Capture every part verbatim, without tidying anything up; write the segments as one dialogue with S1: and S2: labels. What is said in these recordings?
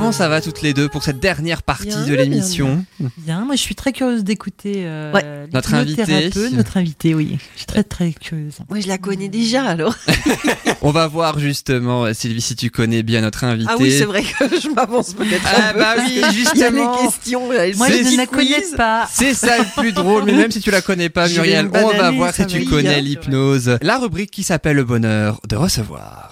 S1: Comment ça va toutes les deux pour cette dernière partie
S2: bien,
S1: de l'émission?
S2: bien, bien. bien, moi je suis très curieuse d'écouter euh,
S1: ouais. notre invité.
S2: Notre invité, oui. Je suis très très curieuse.
S3: Moi je la connais déjà alors.
S1: On va voir justement, Sylvie, si tu connais bien notre invité.
S3: Ah oui, c'est vrai que je m'avance peut-être un
S1: ah
S3: peu.
S1: Bah oui, justement.
S3: Il y a les questions.
S2: Moi je ne la connais pas.
S1: C'est ça le plus drôle, mais même si tu la connais pas, Muriel, on va voir si tu connais l'hypnose. La rubrique qui s'appelle le bonheur de recevoir.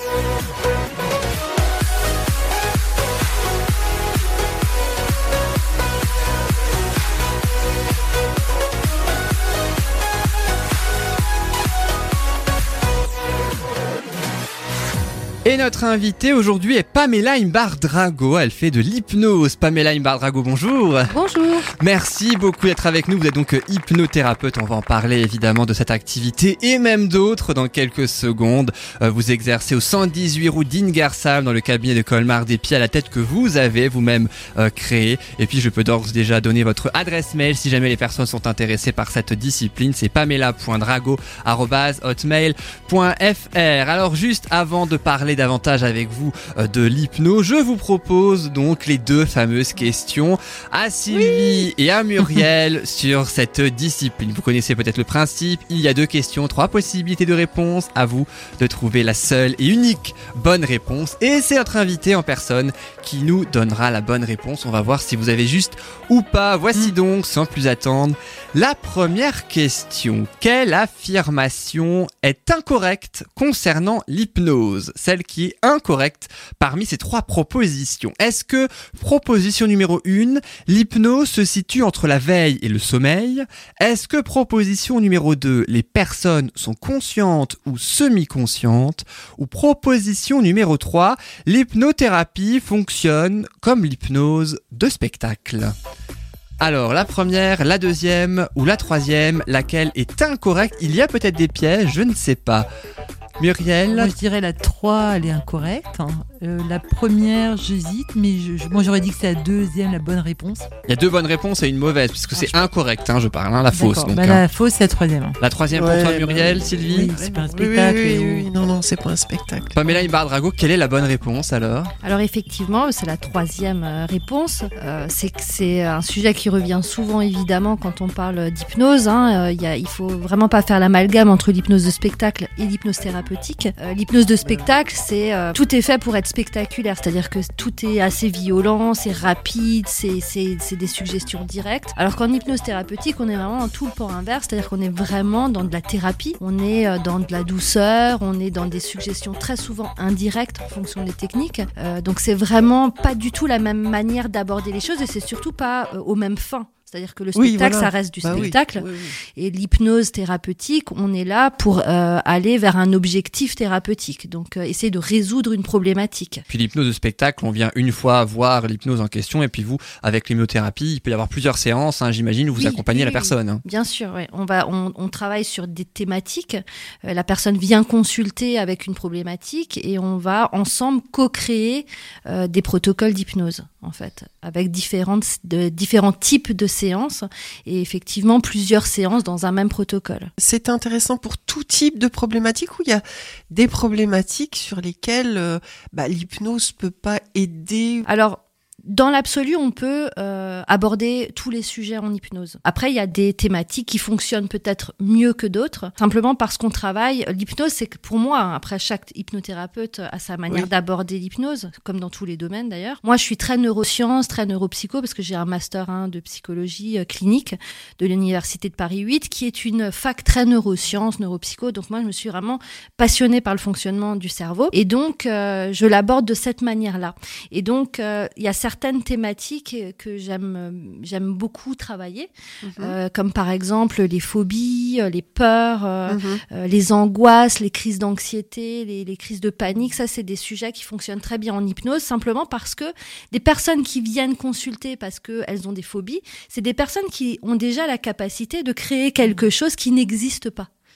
S1: Et notre invitée aujourd'hui est Pamela Imbar-Drago. Elle fait de l'hypnose. Pamela Imbar-Drago, bonjour.
S4: Bonjour.
S1: Merci beaucoup d'être avec nous. Vous êtes donc hypnothérapeute. On va en parler évidemment de cette activité et même d'autres dans quelques secondes. Vous exercez au cent dix-huit rue d'Ingersoll dans le cabinet de Colmar des Pieds à la Tête que vous avez vous-même euh, créé. Et puis je peux d'ores et déjà donner votre adresse mail si jamais les personnes sont intéressées par cette discipline. C'est pamela point drago arobase hotmail point f r. Alors juste avant de parler davantage avec vous euh, de l'hypnose, je vous propose donc les deux fameuses questions à Sylvie oui. et à Muriel sur cette discipline. Vous connaissez peut-être le principe, il y a deux questions, trois possibilités de réponse, à vous de trouver la seule et unique bonne réponse et c'est notre invité en personne qui nous donnera la bonne réponse. On va voir si vous avez juste ou pas. Voici mmh. donc, sans plus attendre, la première question. Quelle affirmation est incorrecte concernant l'hypnose? Celle qui est incorrecte parmi ces trois propositions. Est-ce que, proposition numéro un, l'hypnose se situe entre la veille et le sommeil? Est-ce que, proposition numéro deux, les personnes sont conscientes ou semi-conscientes? Ou proposition numéro trois, l'hypnothérapie fonctionne comme l'hypnose de spectacle? Alors, la première, la deuxième ou la troisième, laquelle est incorrecte? Il y a peut-être des pièges, je ne sais pas. Muriel?
S2: Moi je dirais la trois, elle est incorrecte. Euh, la première, j'hésite, mais je, je, moi j'aurais dit que c'est la deuxième, la bonne réponse.
S1: Il y a deux bonnes réponses et une mauvaise, puisque ah, c'est je... incorrect, hein, je parle, hein, la
S2: D'accord.
S1: fausse. Donc,
S2: bah,
S1: hein.
S2: La fausse, c'est la troisième.
S1: La troisième
S3: ouais,
S1: pour toi, Muriel,
S3: bah,
S1: Sylvie?
S2: Oui, c'est pas un spectacle.
S3: Oui, oui, oui,
S2: et...
S3: oui. Non, non, c'est pas un spectacle.
S1: Pamela Imbar-Drago, quelle est la bonne réponse alors?
S4: Alors effectivement, c'est la troisième euh, réponse. Euh, c'est que c'est un sujet qui revient souvent évidemment quand on parle d'hypnose. Hein. Euh, y a, il faut vraiment pas faire l'amalgame entre l'hypnose de spectacle et l'hypnose thérapeutique. Euh, l'hypnose de spectacle, c'est euh, tout est fait pour être spectaculaire, c'est-à-dire que tout est assez violent, c'est rapide, c'est, c'est, c'est des suggestions directes. Alors qu'en hypnose thérapeutique, on est vraiment dans tout le port inverse, c'est-à-dire qu'on est vraiment dans de la thérapie, on est dans de la douceur, on est dans des suggestions très souvent indirectes en fonction des techniques. Euh, donc c'est vraiment pas du tout la même manière d'aborder les choses et c'est surtout pas euh, aux mêmes fins. C'est-à-dire que le spectacle, oui, voilà. ça reste du bah spectacle. Oui, oui, oui. Et l'hypnose thérapeutique, on est là pour euh, aller vers un objectif thérapeutique. Donc, euh, essayer de résoudre une problématique.
S1: Puis l'hypnose de spectacle, on vient une fois voir l'hypnose en question. Et puis vous, avec l'hypnothérapie, il peut y avoir plusieurs séances, hein, j'imagine, où vous oui, accompagnez oui, la personne. Hein.
S4: Bien sûr, oui. On, va, on, on travaille sur des thématiques. Euh, la personne vient consulter avec une problématique et on va ensemble co-créer euh, des protocoles d'hypnose, en fait, avec différentes, de, différents types de séances et effectivement plusieurs séances dans un même protocole.
S3: C'est intéressant pour tout type de problématiques où il y a des problématiques sur lesquelles euh, bah, l'hypnose peut pas aider.
S4: Alors, dans l'absolu, on peut euh, aborder tous les sujets en hypnose. Après, il y a des thématiques qui fonctionnent peut-être mieux que d'autres, simplement parce qu'on travaille. L'hypnose, c'est que pour moi, hein, après chaque hypnothérapeute a sa manière oui. d'aborder l'hypnose, comme dans tous les domaines d'ailleurs. Moi, je suis très neurosciences, très neuropsycho, parce que j'ai un master un de psychologie euh, clinique de l'Université de Paris huit, qui est une fac très neurosciences, neuropsycho. Donc moi, je me suis vraiment passionnée par le fonctionnement du cerveau. Et donc, euh, je l'aborde de cette manière-là. Et donc, euh, il y a certaines certaines thématiques que j'aime, j'aime beaucoup travailler, mmh. euh, comme par exemple les phobies, les peurs, euh, mmh. euh, les angoisses, les crises d'anxiété, les, les crises de panique. Ça, c'est des sujets qui fonctionnent très bien en hypnose, simplement parce que des personnes qui viennent consulter parce qu'elles ont des phobies, c'est des personnes qui ont déjà la capacité de créer quelque chose qui n'existe pas.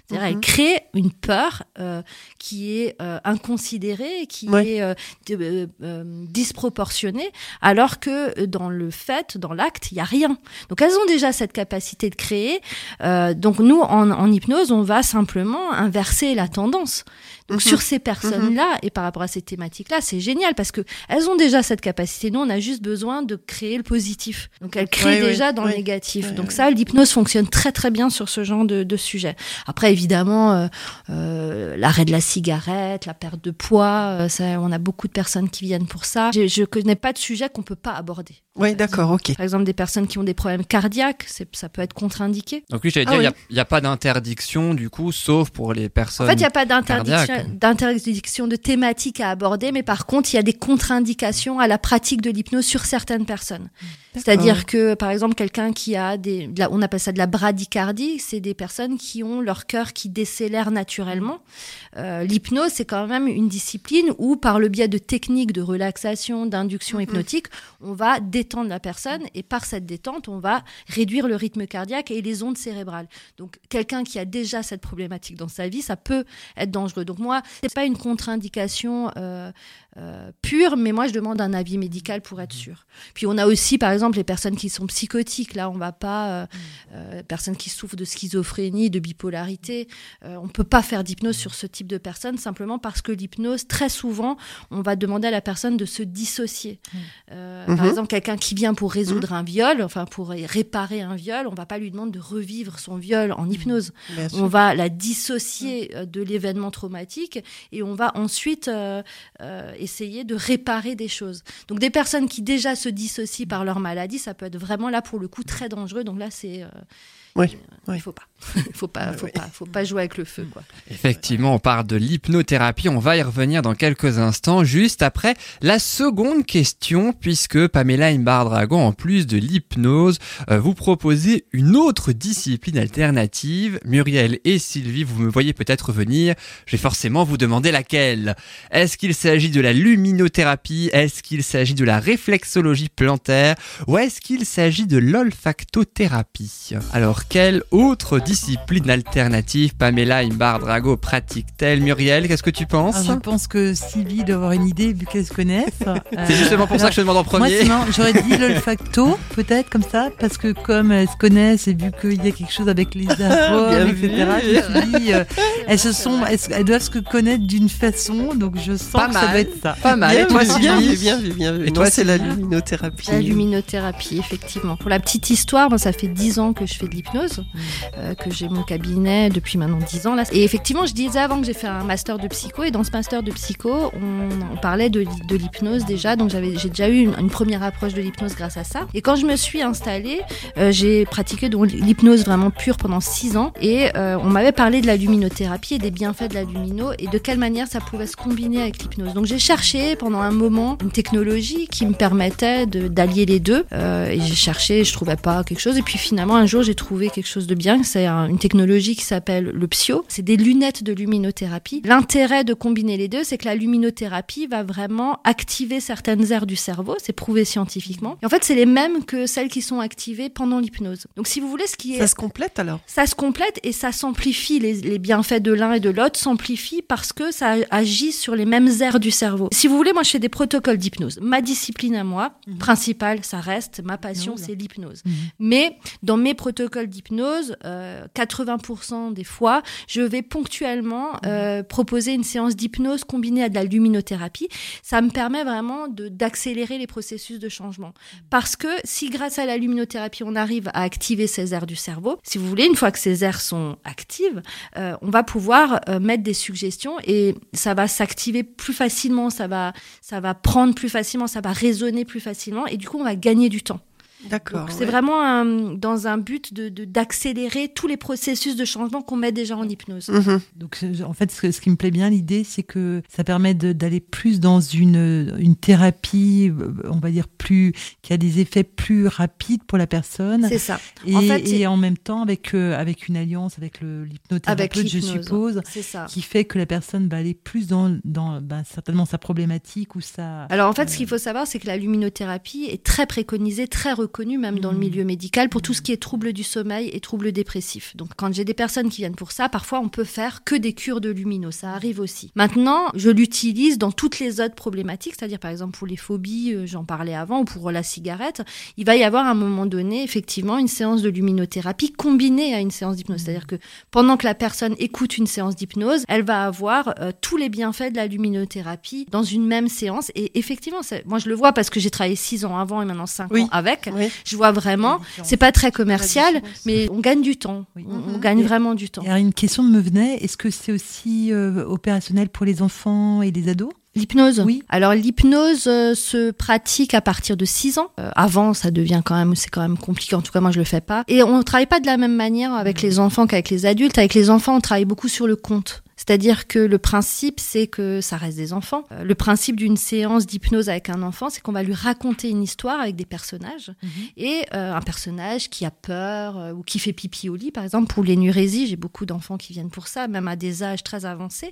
S4: C'est-à-dire,
S3: Mhm.
S4: elle crée une peur euh, qui est euh, inconsidérée, qui
S3: Ouais.
S4: est euh, de- euh, euh, disproportionnée, alors que dans le fait, dans l'acte, il y a rien. Donc, elles ont déjà cette capacité de créer. Euh, donc, nous, en, en hypnose, on va simplement inverser la tendance. Donc,
S3: Mhm.
S4: sur ces personnes-là et par rapport à ces thématiques-là, c'est génial parce que elles ont déjà cette capacité. Nous, on a juste besoin de créer le positif. Donc, elles créent
S3: Ouais,
S4: déjà
S3: ouais,
S4: dans
S3: ouais.
S4: le négatif.
S3: Ouais,
S4: Donc,
S3: ouais.
S4: ça, l'hypnose fonctionne très, très bien sur ce genre de, de sujet. Après, évidemment, euh, euh, l'arrêt de la cigarette, la perte de poids, euh, ça, on a beaucoup de personnes qui viennent pour ça. Je, je connais pas de sujet qu'on peut pas aborder.
S3: Oui, d'accord, ok.
S4: Par exemple, des personnes qui ont des problèmes cardiaques, c'est, ça peut être contre-indiqué.
S1: Donc oui, j'allais
S3: Ah
S1: dire, il
S3: oui.
S1: n'y a, a pas d'interdiction du coup, sauf pour les
S4: En
S1: personnes.
S4: fait, il n'y a pas d'interdiction,
S1: cardiaques.
S4: d'interdiction de thématique à aborder, mais par contre, il y a des contre-indications à la pratique de l'hypnose sur certaines personnes. C'est-à-dire que, par exemple, quelqu'un qui a des, de la- on appelle ça de la bradycardie, c'est des personnes qui ont leur cœur qui décélère naturellement. Euh, l'hypnose, c'est quand même une discipline où, par le biais de techniques de relaxation, d'induction hypnotique, on va détendre la personne et par cette détente, on va réduire le rythme cardiaque et les ondes cérébrales. Donc, quelqu'un qui a déjà cette problématique dans sa vie, ça peut être dangereux. Donc, moi, c'est pas une contre-indication euh, euh, pure, mais moi, je demande un avis médical pour être sûr. Puis, on a aussi, par exemple, les personnes qui sont psychotiques. Là, on va pas, euh, euh, personnes qui souffrent de schizophrénie, de bipolarité. Euh, on peut pas faire d'hypnose sur ce type de personnes simplement parce que l'hypnose, très souvent, on va demander à la personne de se dissocier. Euh,
S3: Mhm.
S4: Par exemple, quelqu'un qui vient pour résoudre un viol, enfin pour réparer un viol, on va pas lui demander de revivre son viol en hypnose.
S3: Bien sûr.
S4: On va la dissocier euh, de l'événement traumatique et on va ensuite euh, euh, essayer de réparer des choses. Donc des personnes qui déjà se dissocient par leur maladie, ça peut être vraiment là pour le coup très dangereux. Donc là, c'est euh,
S3: Oui,
S4: euh,
S3: oui.
S4: il faut pas, il faut pas, faut
S3: oui.
S4: pas, faut pas jouer avec le feu, quoi.
S1: Effectivement, on parle de l'hypnothérapie, on va y revenir dans quelques instants, juste après la seconde question, puisque Pamela Imbard-Drago, en plus de l'hypnose, euh, vous proposez une autre discipline alternative. Muriel et Sylvie, vous me voyez peut-être venir, je vais forcément vous demander laquelle. Est-ce qu'il s'agit de la luminothérapie? Est-ce qu'il s'agit de la réflexologie plantaire? Ou est-ce qu'il s'agit de l'olfactothérapie? Alors, quelle autre discipline alternative Pamela Imbard-Drago pratique-t-elle? Muriel, qu'est-ce que tu penses?
S2: Alors, je pense que Sylvie doit avoir une idée vu qu'elles se connaissent.
S1: C'est justement pour ça que je te demande en
S2: Moi,
S1: premier.
S2: sinon, j'aurais dit l'olfacto, peut-être comme ça, parce que comme elles se connaissent et vu qu'il y a quelque chose avec les arômes,
S3: Bien
S2: et cetera,
S3: vu.
S2: je me suis dit, euh, elles, se sont, elles, elles doivent se connaître d'une façon, donc je sens
S1: Pas
S2: que ça
S1: mal.
S2: doit être ça.
S1: Pas mal. Et
S3: Bien
S1: toi,
S3: vu, bien
S1: Sylvie?
S3: vu, bien vu, bien vu.
S1: Et
S3: Et
S1: toi,
S3: toi, c'est la
S1: Sylvie
S3: luminothérapie.
S4: La luminothérapie, effectivement. Pour la petite histoire, moi, ça fait dix ans que je fais de l'hypnose, euh, que j'ai mon cabinet depuis maintenant dix ans. Là. Et effectivement, je disais avant que j'ai fait un master de psycho, et dans ce master de psycho, on, on parlait de, l'hy- de l'hypnose déjà, donc j'avais, j'ai déjà eu une, une première approche de l'hypnose grâce à ça. Et quand je me suis installée, euh, j'ai pratiqué donc, l'hypnose vraiment pure pendant six ans, et euh, on m'avait parlé de la luminothérapie et des bienfaits de la lumino, et de quelle manière ça pouvait se combiner avec l'hypnose. Donc j'ai cherché pendant un moment une technologie qui me permettait de, d'allier les deux, euh, et j'ai cherché, je trouvais pas quelque chose, et puis finalement un jour j'ai trouvé quelque chose de bien. C'est un- une technologie qui s'appelle le Psyo. C'est des lunettes de luminothérapie. L'intérêt de combiner les deux, c'est que la luminothérapie va vraiment activer certaines aires du cerveau. C'est prouvé scientifiquement. Et en fait, c'est les mêmes que celles qui sont activées pendant l'hypnose. Donc, si vous voulez, ce qui est
S3: Ça se complète alors?
S4: ça se complète et ça s'amplifie. Les, les bienfaits de l'un et de l'autre s'amplifient parce que ça agit sur les mêmes aires du cerveau. Si vous voulez, moi, je fais des protocoles d'hypnose. Ma discipline à moi,
S2: Mhm.
S4: principale, ça reste, ma passion,
S2: Oula.
S4: c'est l'hypnose.
S2: Mhm.
S4: Mais dans mes protocoles d'hypnose, euh, quatre-vingts pour cent des fois, je vais ponctuellement euh, proposer une séance d'hypnose combinée à de la luminothérapie. Ça me permet vraiment de, d'accélérer les processus de changement. Parce que si grâce à la luminothérapie, on arrive à activer ces aires du cerveau, si vous voulez, une fois que ces aires sont actives, euh, on va pouvoir euh, mettre des suggestions et ça va s'activer plus facilement, ça va, ça va prendre plus facilement, ça va résonner plus facilement et du coup, on va gagner du temps.
S3: D'accord.
S4: Donc, c'est
S3: ouais.
S4: vraiment un- dans un but de, de- d'accélérer tous les processus de changement qu'on met déjà en hypnose.
S3: Mhm.
S2: Donc, je- en fait, ce, que- ce qui me plaît bien, l'idée, c'est que ça permet de- d'aller plus dans une, une thérapie, euh, on va dire, plus, qui a des effets plus rapides pour la personne.
S4: C'est ça.
S2: Et
S4: en fait, c'est-
S2: et en même temps, avec, euh, avec une alliance avec le, l'hypnothérapeute,
S4: Avec
S2: je
S4: l'hypnose.
S2: suppose,
S4: C'est ça.
S2: qui fait que la personne va aller plus dans, dans ben, certainement sa problématique ou sa...
S4: Alors en fait, ce qu'il faut savoir, c'est que la luminothérapie est très préconisée, très recommandée reconnu, même dans le milieu médical, pour tout ce qui est troubles du sommeil et troubles dépressifs. Donc, quand j'ai des personnes qui viennent pour ça, parfois, on peut faire que des cures de luminose. Ça arrive aussi. Maintenant, je l'utilise dans toutes les autres problématiques, c'est-à-dire, par exemple, pour les phobies, euh, j'en parlais avant, ou pour la cigarette, il va y avoir à un moment donné, effectivement, une séance de luminothérapie combinée à une séance d'hypnose. C'est-à-dire que pendant que la personne écoute une séance d'hypnose, elle va avoir euh, tous les bienfaits de la luminothérapie dans une même séance. Et effectivement, c'est... moi, je le vois parce que j'ai travaillé six ans avant et maintenant cinq
S3: oui.
S4: ans avec.
S3: Oui.
S4: Je vois vraiment, c'est pas très commercial, mais on gagne du temps.
S2: Oui.
S4: On, on
S2: Mm-hmm.
S4: gagne et, vraiment du temps.
S2: Et alors, une question me venait, est-ce que c'est aussi euh, opérationnel pour les enfants et les ados ?
S4: L'hypnose.
S2: Oui.
S4: Alors l'hypnose euh, se pratique à partir de six ans. Euh, avant, ça devient quand même, c'est quand même compliqué. En tout cas, moi, je le fais pas. Et on travaille pas de la même manière avec les enfants qu'avec les adultes. Avec les enfants, on travaille beaucoup sur le compte. C'est-à-dire que le principe, c'est que ça reste des enfants. Euh, le principe d'une séance d'hypnose avec un enfant, c'est qu'on va lui raconter une histoire avec des personnages. Mmh. Et euh, un personnage qui a peur euh, ou qui fait pipi au lit, par exemple, pour l'énurésie. J'ai beaucoup d'enfants qui viennent pour ça, même à des âges très avancés.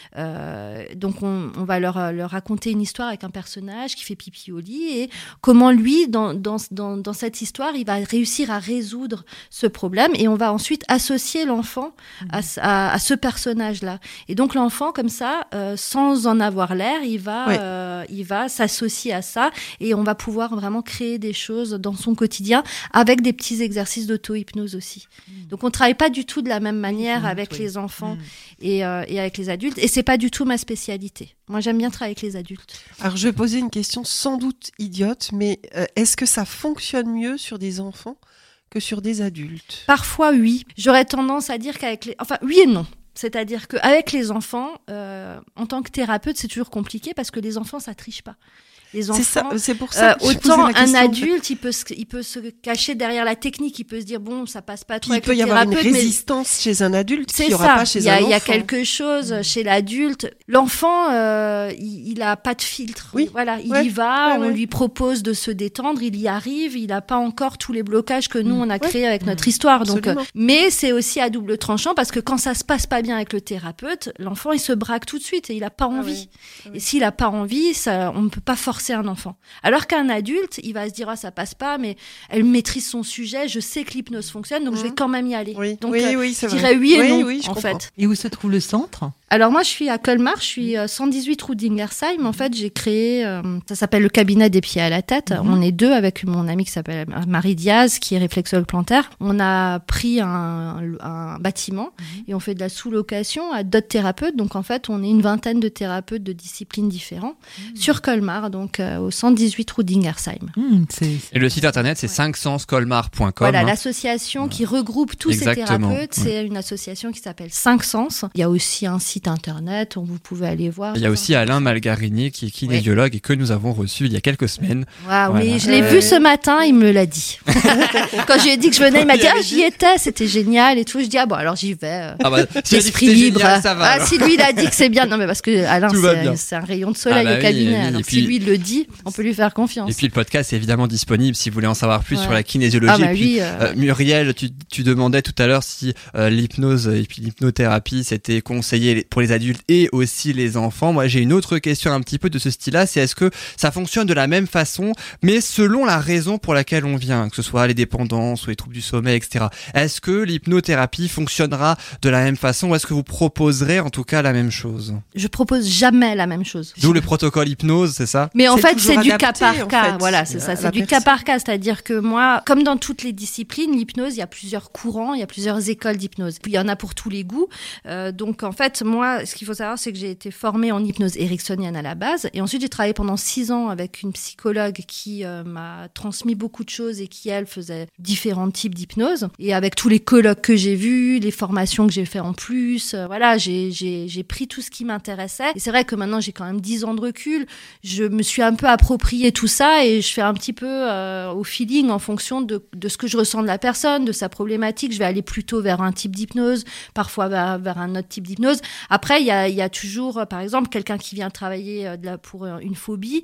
S4: Euh, donc, on, on va leur, leur raconter une histoire avec un personnage qui fait pipi au lit et comment lui, dans, dans, dans, dans cette histoire, il va réussir à résoudre ce problème. Et on va ensuite associer l'enfant mmh. à, à, à ce personnage-là. Et donc l'enfant, comme ça, euh, sans en avoir l'air, il va, oui. euh, il va s'associer à ça et on va pouvoir vraiment créer des choses dans son quotidien avec des petits exercices d'auto-hypnose aussi. Mmh. Donc on travaille pas du tout de la même manière mmh, avec oui. les enfants mmh. et, euh, et avec les adultes. Et c'est pas du tout ma spécialité. Moi, j'aime bien travailler avec les adultes.
S3: Alors, je vais poser une question sans doute idiote, mais euh, est-ce que ça fonctionne mieux sur des enfants que sur des adultes ?
S4: Parfois, oui. J'aurais tendance à dire qu'avec les... Enfin, oui et non. C'est-à-dire qu'avec les enfants, euh, en tant que thérapeute, c'est toujours compliqué parce que les enfants, ça triche pas. Les enfants,
S3: c'est, ça, c'est pour ça que
S4: euh, autant un adulte, il peut, se, il peut se cacher derrière la technique, il peut se dire bon, ça passe pas trop
S3: il
S4: avec le thérapeute.
S3: Il peut y avoir une résistance chez un adulte
S4: qu'il
S3: n'y aura
S4: ça.
S3: pas chez
S4: il y a,
S3: un enfant.
S4: Il y a quelque chose mmh. chez l'adulte. L'enfant, euh, il, il a pas de filtre.
S3: Oui.
S4: Voilà, il
S3: ouais.
S4: y va,
S3: ouais,
S4: on
S3: ouais.
S4: lui propose de se détendre, il y arrive, il a pas encore tous les blocages que nous
S3: mmh.
S4: on a créés
S3: ouais.
S4: avec
S3: mmh.
S4: notre histoire. Donc,
S3: euh,
S4: mais c'est aussi à double tranchant parce que quand ça se passe pas bien avec le thérapeute, l'enfant il se braque tout de suite et il a pas envie. Ah oui. Et s'il a pas envie, ça, on ne peut pas forcer un enfant. Alors qu'un adulte, il va se dire ah ça passe pas, mais elle maîtrise son sujet, je sais que l'hypnose fonctionne, donc mmh. je vais quand même y aller.
S3: Oui.
S4: Donc
S3: oui,
S4: euh,
S3: oui, c'est
S4: je dirais
S3: vrai.
S4: oui et
S3: oui,
S4: non
S3: oui,
S4: en
S3: comprends.
S4: fait.
S2: Et où se trouve le centre ?
S4: Alors moi je suis à Colmar, je suis euh, cent dix-huit rue d'Ingersheim. En fait j'ai créé, euh, ça s'appelle le cabinet des pieds à la tête. Mmh. On est deux avec mon amie qui s'appelle Marie Diaz, qui est réflexologue plantaire. On a pris un, un bâtiment mmh. et on fait de la sous-location à d'autres thérapeutes. Donc en fait on est une vingtaine de thérapeutes de disciplines différentes mmh. sur Colmar, donc euh, au cent dix-huit rue d'Ingersheim.
S2: Mmh, c'est...
S1: Et le site internet c'est ouais. cinq sens colmar point com.
S4: Voilà,
S1: hein.
S4: l'association ouais. qui regroupe tous
S1: Exactement.
S4: ces thérapeutes, ouais. c'est une association qui s'appelle cinq sens. Il y a aussi un site internet où vous pouvez aller voir.
S1: Il y a aussi Alain Malgarini qui est kinésiologue oui. et que nous avons reçu il y a quelques semaines.
S4: Wow,
S1: voilà.
S4: Oui, je l'ai euh... vu ce matin, il me l'a dit. Quand je lui ai dit que je venais, il m'a dit ah j'y étais, c'était génial et tout. Je dis ah bon alors j'y vais.
S1: Ah bah, si
S4: esprit libre.
S1: Génial, ça va,
S4: ah, si lui il a dit que c'est bien, non mais parce que Alain c'est, c'est un rayon de soleil ah bah au cabinet. Oui, alors puis, si lui il le dit, on peut lui faire confiance.
S1: Et puis le podcast est évidemment disponible si vous voulez en savoir plus ouais. sur la kinésiologie.
S4: Ah bah
S1: et puis,
S4: oui,
S1: euh, euh, Muriel, tu, tu demandais tout à l'heure si euh, l'hypnose et puis l'hypnothérapie c'était conseillé pour les adultes et aussi les enfants. Moi j'ai une autre question un petit peu de ce style-là, c'est est-ce que ça fonctionne de la même façon, mais selon la raison pour laquelle on vient, que ce soit les dépendances ou les troubles du sommeil, et cetera. Est-ce que l'hypnothérapie fonctionnera de la même façon ou est-ce que vous proposerez en tout cas la même chose ?
S4: Je propose jamais la même chose.
S1: D'où le protocole hypnose, c'est ça ?
S4: Mais en
S3: c'est
S4: fait c'est du
S3: adapté,
S4: cas par cas.
S3: Fait,
S4: voilà, c'est ça, c'est du personne. cas par cas. C'est-à-dire que moi, comme dans toutes les disciplines, l'hypnose, il y a plusieurs courants, il y a plusieurs écoles d'hypnose. Puis il y en a pour tous les goûts. Euh, donc en fait, moi, ce qu'il faut savoir, c'est que j'ai été formée en hypnose ericksonienne à la base. Et ensuite, j'ai travaillé pendant six ans avec une psychologue qui euh, m'a transmis beaucoup de choses et qui, elle, faisait différents types d'hypnose. Et avec tous les colloques que j'ai vus, les formations que j'ai fait en plus, euh, voilà, j'ai, j'ai, j'ai pris tout ce qui m'intéressait. Et c'est vrai que maintenant, j'ai quand même dix ans de recul. Je me suis un peu approprié tout ça et je fais un petit peu euh, au feeling en fonction de, de ce que je ressens de la personne, de sa problématique. Je vais aller plutôt vers un type d'hypnose, parfois vers, vers un autre type d'hypnose. Après, il y a, il y a toujours, par exemple, quelqu'un qui vient travailler euh, de la, pour une phobie.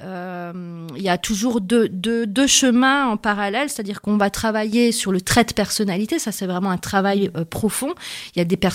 S4: Euh, il y a toujours deux, deux, deux chemins en parallèle, c'est-à-dire qu'on va travailler sur le trait de personnalité. Ça, c'est vraiment un travail euh, profond. Il y a des personnes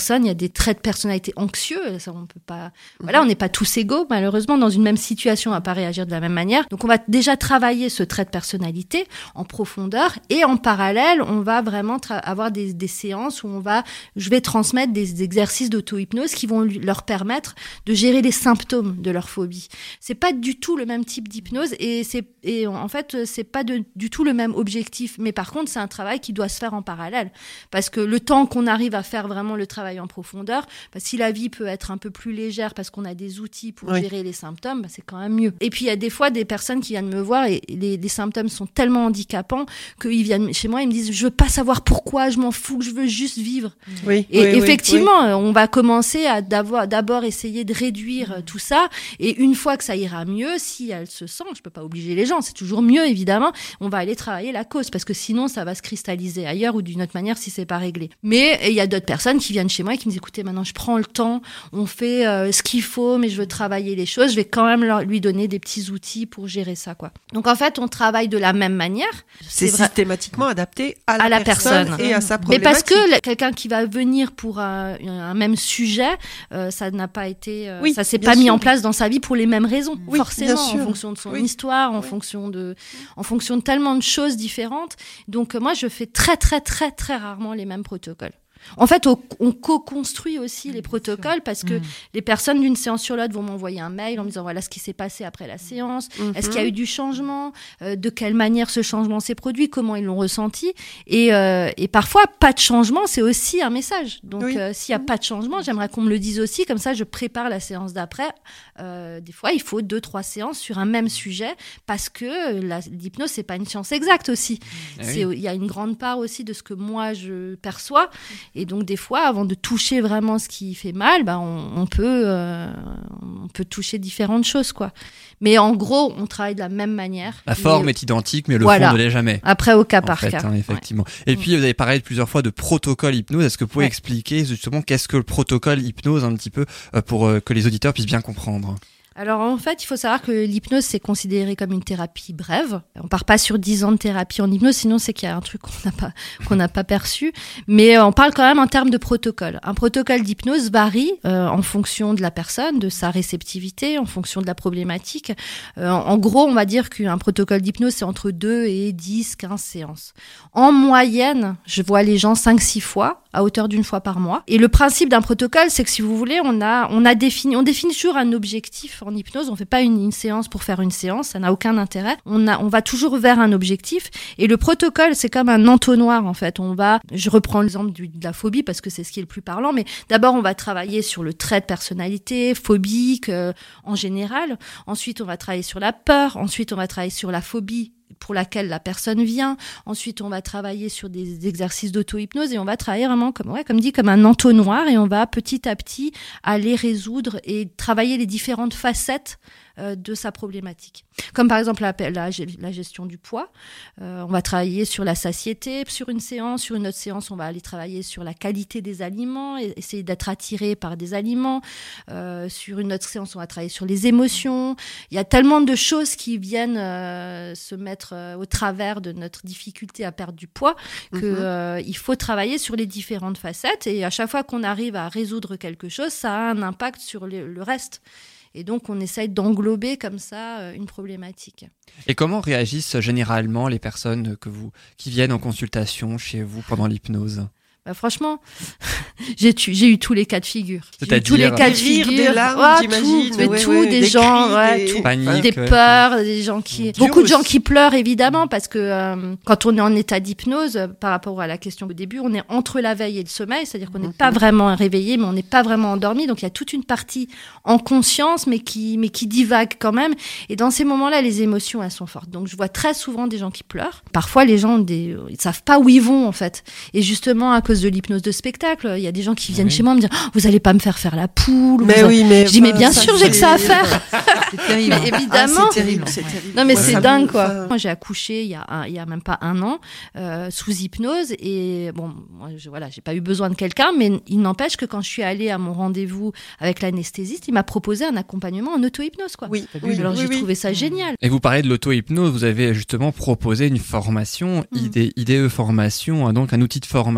S4: personnes, il y a des traits de personnalité anxieux. Ça, on peut pas. Voilà, on n'est pas tous égaux, malheureusement, dans une même situation, on va pas réagir de la même manière. Donc, on va déjà travailler ce trait de personnalité en profondeur, et en parallèle, on va vraiment tra- avoir des, des séances où on va, je vais transmettre des exercices d'auto-hypnose qui vont lui, leur permettre de gérer les symptômes de leur phobie. C'est pas du tout le même type d'hypnose, et c'est, et en fait, c'est pas de, du tout le même objectif. Mais par contre, c'est un travail qui doit se faire en parallèle, parce que le temps qu'on arrive à faire vraiment le travail en profondeur, bah, si la vie peut être un peu plus légère parce qu'on a des outils pour oui. gérer les symptômes, bah, c'est quand même mieux. Et puis il y a des fois des personnes qui viennent me voir et les, les symptômes sont tellement handicapants qu'ils viennent chez moi et me disent je veux pas savoir pourquoi, je m'en fous, je veux juste vivre.
S3: Oui,
S4: et
S3: oui,
S4: effectivement,
S3: oui, oui.
S4: on va commencer à d'avoir, d'abord essayer de réduire tout ça, et une fois que ça ira mieux, si elle se sent, je peux pas obliger les gens, c'est toujours mieux évidemment, on va aller travailler la cause, parce que sinon ça va se cristalliser ailleurs ou d'une autre manière si c'est pas réglé. Mais il y a d'autres personnes qui viennent chez moi et qui me disent écoutez, maintenant je prends le temps, on fait euh, ce qu'il faut, mais je veux travailler les choses, je vais quand même leur, lui donner des petits outils pour gérer ça, quoi. Donc en fait, on travaille de la même manière.
S3: C'est, c'est systématiquement adapté à la,
S4: à la
S3: personne,
S4: personne
S3: et à sa
S4: mais parce
S3: problématique.
S4: que quelqu'un qui va venir pour un, un même sujet, euh, ça n'a pas été, euh,
S3: oui,
S4: ça s'est pas
S3: sûr.
S4: mis en place dans sa vie pour les mêmes raisons,
S3: oui,
S4: forcément, en fonction de son
S3: oui.
S4: histoire, en
S3: oui.
S4: fonction de, en fonction de tellement de choses différentes. Donc moi, je fais très très très très rarement les mêmes protocoles. En fait, on co-construit aussi les protocoles, parce que mmh. les personnes d'une séance sur l'autre vont m'envoyer un mail en me disant voilà ce qui s'est passé après la séance, mmh. est-ce qu'il y a eu du changement, euh, de quelle manière ce changement s'est produit, comment ils l'ont ressenti, et, euh, et parfois pas de changement, c'est aussi un message. Donc oui. euh, s'il n'y a pas de changement, j'aimerais qu'on me le dise aussi, comme ça je prépare la séance d'après. Euh, des fois, il faut deux, trois séances sur un même sujet, parce que la, l'hypnose, c'est pas une science exacte aussi. Mmh. C'est, il y a une grande part aussi de ce que moi je perçois. Et donc, des fois, avant de toucher vraiment ce qui fait mal, bah, on, on, peut, euh, on peut toucher différentes choses, quoi. Mais en gros, on travaille de la même manière.
S1: La forme est identique, mais le
S4: voilà.
S1: fond ne l'est jamais.
S4: Après, au cas
S1: en
S4: par
S1: fait,
S4: cas.
S1: Hein, effectivement. Ouais. Et puis, vous avez parlé plusieurs fois de protocole hypnose. Est-ce que vous pouvez ouais. expliquer justement qu'est-ce que le protocole hypnose un petit peu pour que les auditeurs puissent bien comprendre ?
S4: Alors en fait, il faut savoir que l'hypnose, c'est considéré comme une thérapie brève. On part pas sur dix ans de thérapie en hypnose, sinon c'est qu'il y a un truc qu'on n'a pas qu'on n'a pas perçu. Mais on parle quand même en termes de protocole. Un protocole d'hypnose varie euh, en fonction de la personne, de sa réceptivité, en fonction de la problématique. Euh, en gros, on va dire qu'un protocole d'hypnose, c'est entre deux et dix, quinze séances. En moyenne, je vois les gens cinq six fois, à hauteur d'une fois par mois. Et le principe d'un protocole, c'est que si vous voulez, on a on a défini on définit toujours un objectif. En hypnose, on fait pas une, une séance pour faire une séance, ça n'a aucun intérêt. On a, on va toujours vers un objectif. Et le protocole, c'est comme un entonnoir, en fait. On va, je reprends l'exemple du, de la phobie parce que c'est ce qui est le plus parlant, mais d'abord, on va travailler sur le trait de personnalité, phobique, euh, en général. Ensuite, on va travailler sur la peur. Ensuite, on va travailler sur la phobie pour laquelle la personne vient. Ensuite, on va travailler sur des exercices d'auto-hypnose et on va travailler vraiment comme, ouais, comme dit, comme un entonnoir, et on va petit à petit aller résoudre et travailler les différentes facettes euh, de sa problématique. Comme par exemple la, la, la gestion du poids. Euh, on va travailler sur la satiété sur une séance. Sur une autre séance, on va aller travailler sur la qualité des aliments, et essayer d'être attiré par des aliments. Euh, sur une autre séance, on va travailler sur les émotions. Il y a tellement de choses qui viennent euh, se mettre euh, au travers de notre difficulté à perdre du poids que mm-hmm. euh, il faut travailler sur les différentes facettes. Et à chaque fois qu'on arrive à résoudre quelque chose, ça a un impact sur le, le reste. Et donc, on essaye d'englober comme ça une problématique.
S1: Et comment réagissent généralement les personnes que vous, qui viennent en consultation chez vous pendant l'hypnose ?
S4: Bah franchement, j'ai, tu, j'ai eu tous les cas de figure.
S1: C'est-à-dire
S4: tous les cas de figure,
S3: des larmes,
S4: oh,
S3: j'imagine,
S4: tout, mais
S3: ouais,
S4: tout,
S3: ouais,
S4: des,
S3: des
S4: gens,
S3: cris,
S4: ouais,
S3: des...
S4: tout,
S1: Panique,
S4: des
S1: ouais,
S4: peurs, des gens qui,
S3: Dieu
S4: beaucoup de gens
S3: aussi.
S4: qui pleurent évidemment parce que euh, quand on est en état d'hypnose, euh, par rapport à la question du début, on est entre la veille et le sommeil, c'est-à-dire qu'on n'est mm-hmm. pas vraiment réveillé, mais on n'est pas vraiment endormi, donc il y a toute une partie en conscience, mais qui, mais qui divague quand même. Et dans ces moments-là, les émotions, elles sont fortes. Donc je vois très souvent des gens qui pleurent. Parfois, les gens, des, ils savent pas où ils vont en fait. Et justement, à cause de l'hypnose de spectacle, il y a des gens qui viennent oui. chez moi me dire oh, vous allez pas me faire faire la poule.
S3: Mais
S4: vous
S3: oui,
S4: a...
S3: mais
S4: je dis mais bien
S3: ça,
S4: sûr j'ai que ça à faire.
S2: C'est terrible.
S4: Mais évidemment.
S3: Ah, c'est terrible, c'est terrible.
S4: Non mais
S3: ouais,
S4: c'est dingue quoi.
S3: Ça...
S4: Moi j'ai accouché il y a un, il y a même pas un an euh, sous hypnose et bon moi je, voilà j'ai pas eu besoin de quelqu'un, mais il n'empêche que quand je suis allée à mon rendez-vous avec l'anesthésiste, il m'a proposé un accompagnement en auto-hypnose quoi.
S3: Oui.
S4: oui Alors
S3: oui,
S4: j'ai
S3: oui.
S4: trouvé ça génial.
S1: Et vous parlez de l'auto-hypnose, vous avez justement proposé une formation, mm. I D E formation, donc un outil de formation. Vous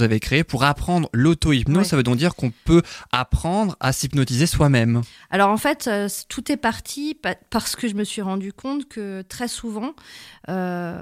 S1: avez créé pour apprendre l'auto-hypnose.
S4: Ouais.
S1: Ça veut donc dire qu'on peut apprendre à s'hypnotiser soi-même.
S4: Alors en fait, euh, tout est parti pa- parce que je me suis rendu compte que très souvent, euh,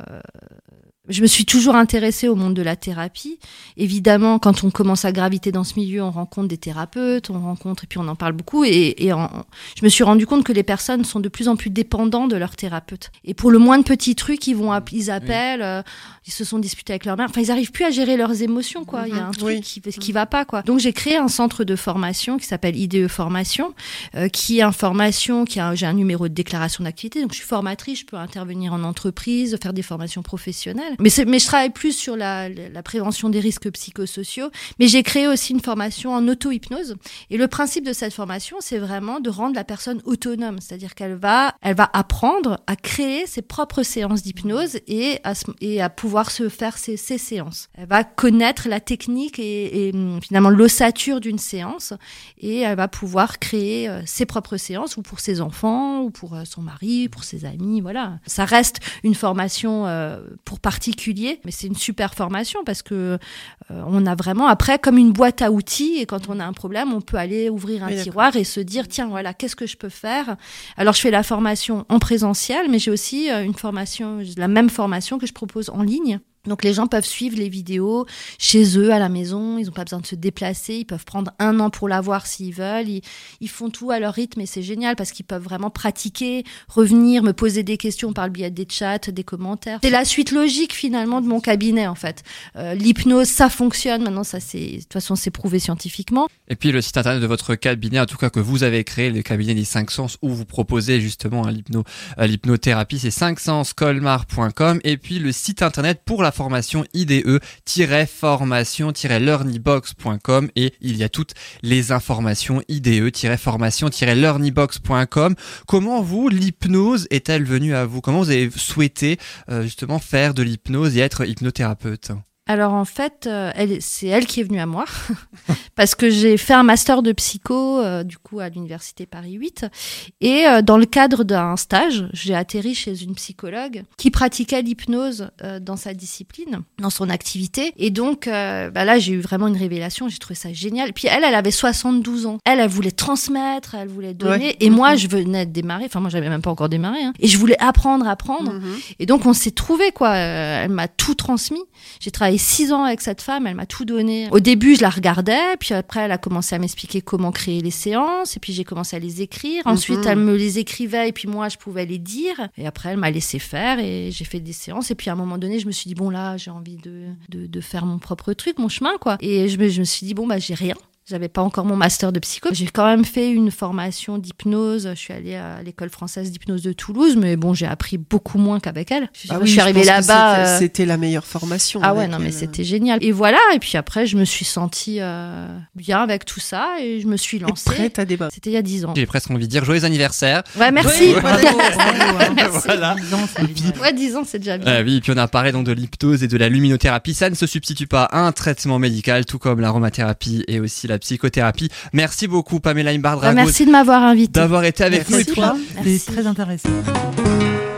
S4: je me suis toujours intéressée au monde de la thérapie. Évidemment, quand on commence à graviter dans ce milieu, on rencontre des thérapeutes, on rencontre, et puis on en parle beaucoup. Et, et en, je me suis rendu compte que les personnes sont de plus en plus dépendants de leur thérapeute. Et pour le moins de petits trucs, ils vont, app- ils appellent, euh, ils se sont disputés avec leur mère. Enfin, ils arrivent plus à gérer leurs émotions, quoi. Il y a un truc
S3: Oui.
S4: qui, qui va pas, quoi. Donc j'ai créé un centre de formation qui s'appelle I D E Formation, euh, qui est une formation, qui a, j'ai un numéro de déclaration d'activité. Donc je suis formatrice, je peux intervenir en entreprise, faire des formations professionnelles. Mais, c'est, mais je travaille plus sur la, la prévention des risques psychosociaux. Mais j'ai créé aussi une formation en auto-hypnose. Et le principe de cette formation, c'est vraiment de rendre la personne autonome. C'est-à-dire qu'elle va, elle va apprendre à créer ses propres séances d'hypnose et à, se- et à pouvoir se faire ses, ses séances. Elle va connaître la technique et, et hum, finalement l'ossature d'une séance et elle va pouvoir créer euh, ses propres séances ou pour ses enfants ou pour euh, son mari, pour ses amis, voilà. Ça reste une formation euh, pour particuliers, mais c'est une super formation parce que euh, on a vraiment après comme une boîte à outils et quand on a un problème, on peut aller ouvrir un
S3: Oui,
S4: tiroir et se dire tiens voilà, qu'est-ce que je peux faire? Alors je fais la formation en présentiel, mais j'ai aussi euh, une formation, la même formation que je propose en ligne. Donc les gens peuvent suivre les vidéos chez eux, à la maison, ils n'ont pas besoin de se déplacer, ils peuvent prendre un an pour la voir s'ils veulent, ils, ils font tout à leur rythme et c'est génial parce qu'ils peuvent vraiment pratiquer, revenir, me poser des questions par le biais des chats, des commentaires. C'est la suite logique finalement de mon cabinet en fait. Euh, l'hypnose, ça fonctionne, maintenant ça c'est, de toute façon c'est prouvé scientifiquement.
S1: Et puis le site internet de votre cabinet, en tout cas que vous avez créé, le cabinet des cinq sens, où vous proposez justement hein, l'hypno, euh, l'hypnothérapie, c'est cinq sens colmar point com. Et puis le site internet pour la formation I D E-formation learnybox point com et il y a toutes les informations I D E-formation learnybox point com. Comment vous, l'hypnose est-elle venue à vous? Comment vous avez souhaité euh, justement faire de l'hypnose et être hypnothérapeute?
S4: Alors en fait, euh, elle, c'est elle qui est venue à moi parce que j'ai fait un master de psycho euh, du coup à l'université Paris huit et euh, dans le cadre d'un stage, j'ai atterri chez une psychologue qui pratiquait l'hypnose euh, dans sa discipline, dans son activité et donc euh, bah là j'ai eu vraiment une révélation, j'ai trouvé ça génial. Puis elle, elle avait soixante-douze ans, elle, elle voulait transmettre, elle voulait donner
S3: Ouais.
S4: et moi je venais de démarrer, enfin moi j'avais même pas encore démarré hein, et je voulais apprendre, apprendre
S3: Mhm.
S4: et donc on s'est trouvé quoi. Euh, elle m'a tout transmis. J'ai travaillé six ans avec cette femme, elle m'a tout donné. Au début, je la regardais, puis après, elle a commencé à m'expliquer comment créer les séances, et puis j'ai commencé à les écrire. Ensuite,
S3: Mhm.
S4: elle me les écrivait, et puis moi, je pouvais les dire. Et après, elle m'a laissé faire, et j'ai fait des séances. Et puis à un moment donné, je me suis dit, bon là, j'ai envie de, de, de faire mon propre truc, mon chemin, quoi. Et je me, je me suis dit, bon, bah, j'ai rien. J'avais pas encore mon master de psycho. J'ai quand même fait une formation d'hypnose. Je suis allée à l'école française d'hypnose de Toulouse, mais bon, j'ai appris beaucoup moins qu'avec elle. Je,
S3: Ah
S4: je
S3: oui,
S4: suis arrivée
S3: pense que
S4: là-bas.
S3: C'était,
S4: euh,
S3: c'était la meilleure formation.
S4: Ah ouais,
S3: avec
S4: non, mais
S3: elle.
S4: c'était génial. Et voilà, et puis après, je me suis sentie euh, bien avec tout ça et je me suis
S3: Et
S4: lancée.
S3: prête à débattre.
S4: C'était il y a dix ans.
S1: J'ai presque envie de dire joyeux anniversaire.
S4: Ouais, merci.
S3: Oui,
S2: Bravo, bravo, hein.
S4: Merci.
S1: Voilà.
S2: dix ans, c'est génial.
S4: Ouais, dix ans, c'est déjà bien.
S1: Euh, oui, et puis on a parlé donc de l'hypnose et de la luminothérapie. Ça ne se substitue pas à un traitement médical, tout comme l'aromathérapie et aussi la psychothérapie. Merci beaucoup, Pamela
S4: Bah,
S1: Imbardrago,
S4: merci de m'avoir invité.
S1: d'avoir été avec
S3: Merci
S1: nous. Et
S3: à
S1: puis,
S3: toi.
S2: C'est
S4: Merci.
S2: très intéressant.